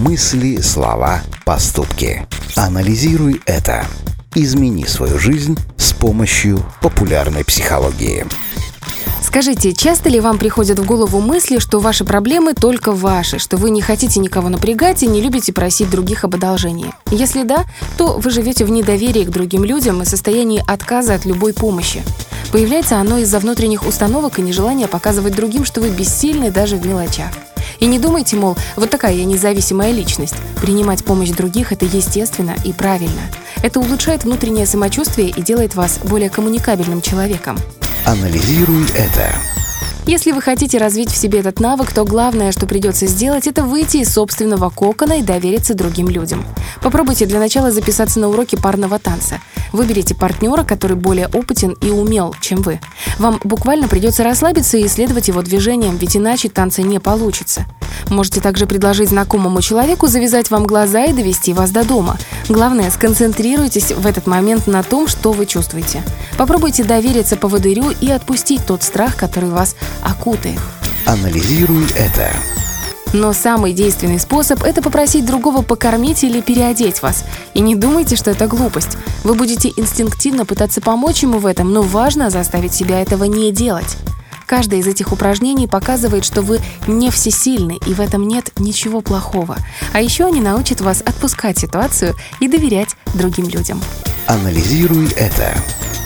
Мысли, слова, поступки. Анализируй это. Измени свою жизнь с помощью популярной психологии. Скажите, часто ли вам приходят в голову мысли, что ваши проблемы только ваши, что вы не хотите никого напрягать и не любите просить других об одолжении? Если да, то вы живете в недоверии к другим людям и состоянии отказа от любой помощи. Появляется оно из-за внутренних установок и нежелания показывать другим, что вы бессильны даже в мелочах. И не думайте, мол, вот такая я независимая личность. Принимать помощь других – это естественно и правильно. Это улучшает внутреннее самочувствие и делает вас более коммуникабельным человеком. Анализируй это. Если вы хотите развить в себе этот навык, то главное, что придется сделать, это выйти из собственного кокона и довериться другим людям. Попробуйте для начала записаться на уроки парного танца. Выберите партнера, который более опытен и умел, чем вы. Вам буквально придется расслабиться и исследовать его движениям, ведь иначе танца не получится. Можете также предложить знакомому человеку завязать вам глаза и довести вас до дома. Главное, сконцентрируйтесь в этот момент на том, что вы чувствуете. Попробуйте довериться поводырю и отпустить тот страх, который вас окутает. Анализируй это. Но самый действенный способ – это попросить другого покормить или переодеть вас. И не думайте, что это глупость. Вы будете инстинктивно пытаться помочь ему в этом, но важно заставить себя этого не делать. Каждое из этих упражнений показывает, что вы не всесильны, и в этом нет ничего плохого. А еще они научат вас отпускать ситуацию и доверять другим людям. Анализируй это.